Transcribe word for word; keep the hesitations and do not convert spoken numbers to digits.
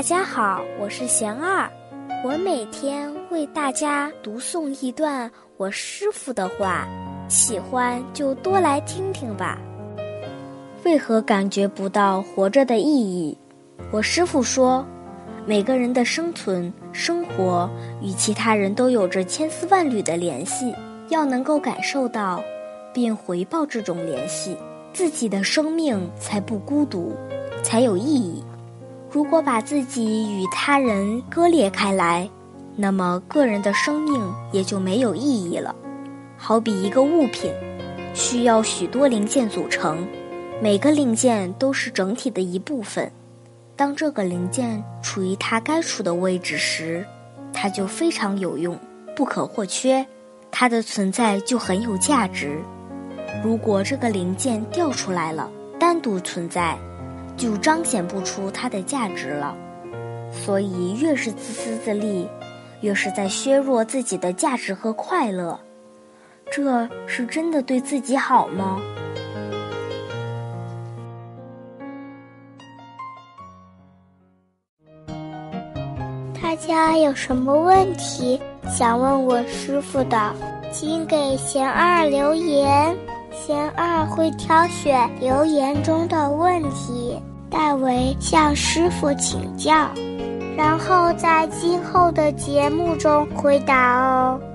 大家好，我是贤二，我每天为大家读诵一段我师父的话，喜欢就多来听听吧。为何感觉不到活着的意义？我师父说，每个人的生存、生活与其他人都有着千丝万缕的联系，要能够感受到并回报这种联系，自己的生命才不孤独，才有意义。如果把自己与他人割裂开来，那么个人的生命也就没有意义了。好比一个物品，需要许多零件组成，每个零件都是整体的一部分。当这个零件处于它该处的位置时，它就非常有用，不可或缺，它的存在就很有价值。如果这个零件掉出来了，单独存在，就彰显不出它的价值了。所以越是自私自利，越是在削弱自己的价值和快乐，这是真的对自己好吗？ 大家有什么问题想问我师父的，请给贤二留言，贤二会挑选留言中的问题，代为向师父请教，然后在今后的节目中回答哦。